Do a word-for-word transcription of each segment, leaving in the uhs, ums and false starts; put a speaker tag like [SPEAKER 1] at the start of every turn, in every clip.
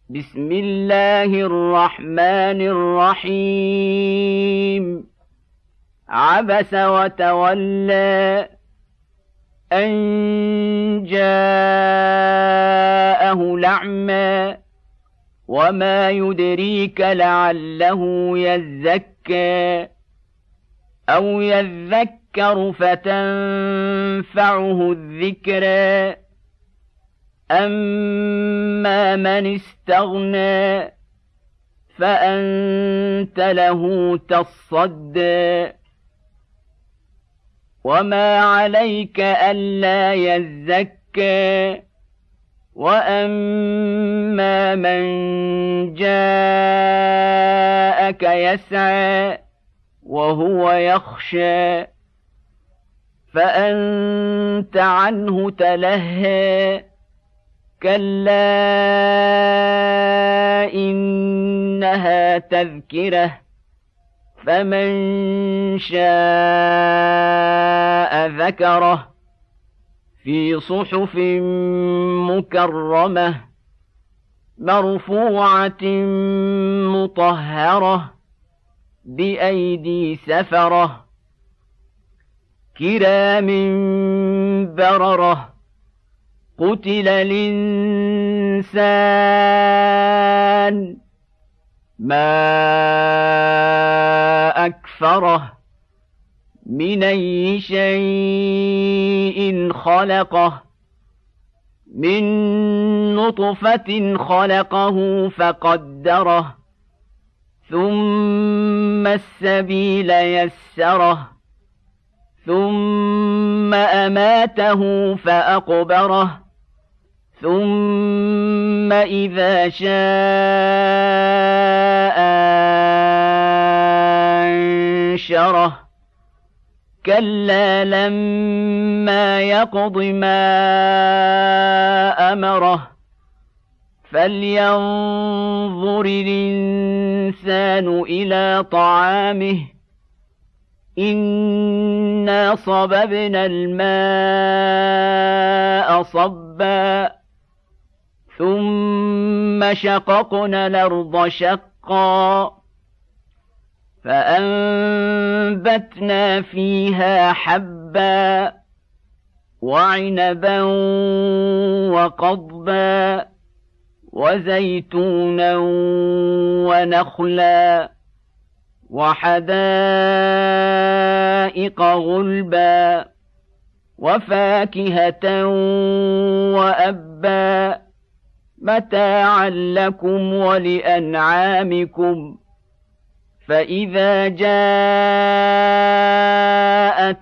[SPEAKER 1] بسم الله الرحمن الرحيم عبس وتولى أن جاءه الأعمى وما يدريك لعله يزكى أو يذكر فتنفعه الذكرى أما من استغنى فأنت له تصدى وما عليك ألا يزكى وأما من جاءك يسعى وهو يخشى فأنت عنه تلهى كلا إنها تذكرة فمن شاء ذكره في صحف مكرمة مرفوعة مطهرة بأيدي سفرة كرام بررة قتل الإنسان ما أكفره من أي شيء خلقه من نطفة خلقه فقدره ثم السبيل يسره ثم أماته فأقبره ثم إذا شاء أنشره كلا لما يقض ما أمره فلينظر الإنسان إلى طعامه إنا صببنا الماء صبا ثم شققنا الأرض شقا فأنبتنا فيها حبا وعنبا وقضبا وزيتونا ونخلا وحدائق غلبا وفاكهة وأبا متاعا لكم ولأنعامكم فإذا جاءت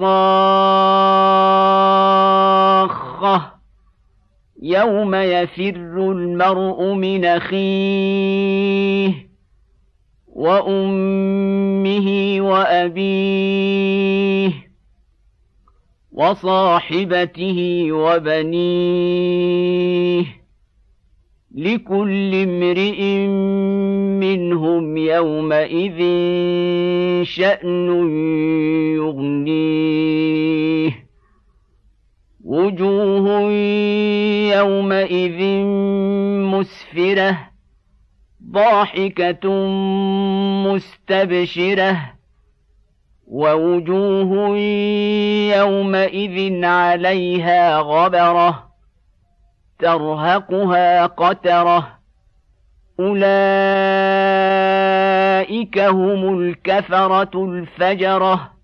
[SPEAKER 1] الصاخة يوم يفر المرء من أخيه وأمه وأبيه وصاحبته وبنيه لكل امرئ منهم يومئذ شأن يغنيه وجوه يومئذ مسفرة ضاحكة مستبشرة ووجوه يومئذ عليها غبرة ترهقها قترة أولئك هم الكفرة الفجرة